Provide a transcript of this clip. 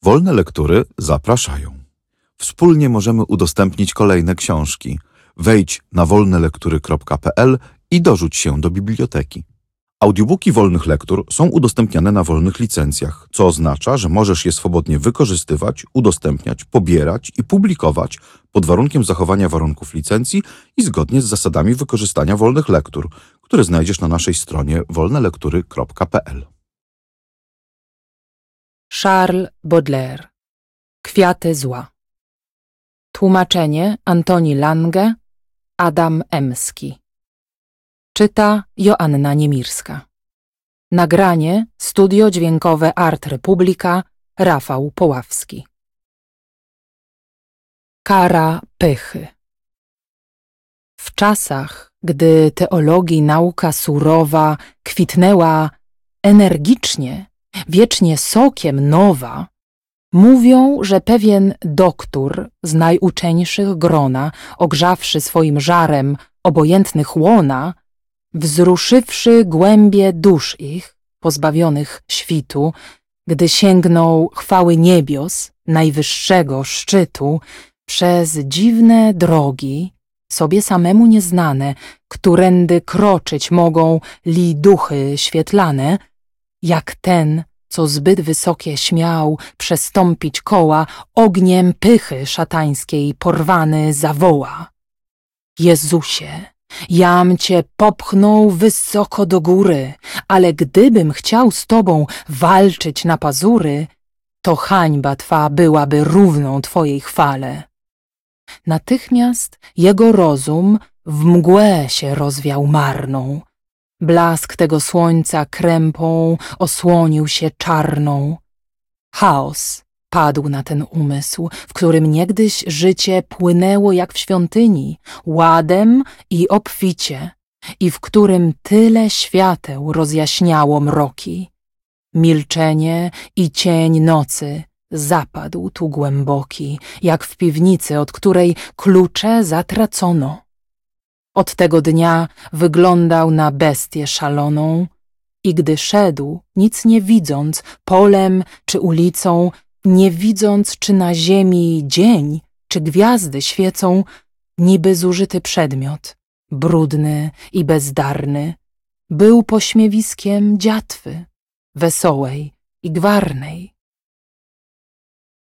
Wolne lektury zapraszają. Wspólnie możemy udostępnić kolejne książki. Wejdź na wolnelektury.pl i dorzuć się do biblioteki. Audiobooki wolnych lektur są udostępniane na wolnych licencjach, co oznacza, że możesz je swobodnie wykorzystywać, udostępniać, pobierać i publikować pod warunkiem zachowania warunków licencji i zgodnie z zasadami wykorzystania wolnych lektur, które znajdziesz na naszej stronie wolnelektury.pl. Charles Baudelaire. Kwiaty zła. Tłumaczenie Antoni Lange, Adam Emski. Czyta Joanna Niemirska. Nagranie Studio Dźwiękowe Art Republika, Rafał Poławski. Kara pychy. W czasach, gdy teologii nauka surowa kwitnęła energicznie, wiecznie sokiem nowa, mówią, że pewien doktór z najuczeńszych grona, ogrzawszy swoim żarem obojętnych łona, wzruszywszy głębie dusz ich, pozbawionych świtu, gdy sięgnął chwały niebios, najwyższego szczytu, przez dziwne drogi, sobie samemu nieznane, którędy kroczyć mogą li duchy świetlane, jak ten, co zbyt wysokie śmiał przestąpić koła, ogniem pychy szatańskiej porwany zawoła. Jezusie, jam cię popchnął wysoko do góry, ale gdybym chciał z tobą walczyć na pazury, to hańba twa byłaby równą twojej chwale. Natychmiast jego rozum w mgłę się rozwiał marną. Blask tego słońca krępą osłonił się czarną. Chaos padł na ten umysł, w którym niegdyś życie płynęło jak w świątyni, ładem i obficie, i w którym tyle świateł rozjaśniało mroki. Milczenie i cień nocy zapadł tu głęboki, jak w piwnicy, od której klucze zatracono. Od tego dnia wyglądał na bestię szaloną i gdy szedł, nic nie widząc, polem czy ulicą, nie widząc, czy na ziemi dzień, czy gwiazdy świecą, niby zużyty przedmiot, brudny i bezdarny, był pośmiewiskiem dziatwy, wesołej i gwarnej.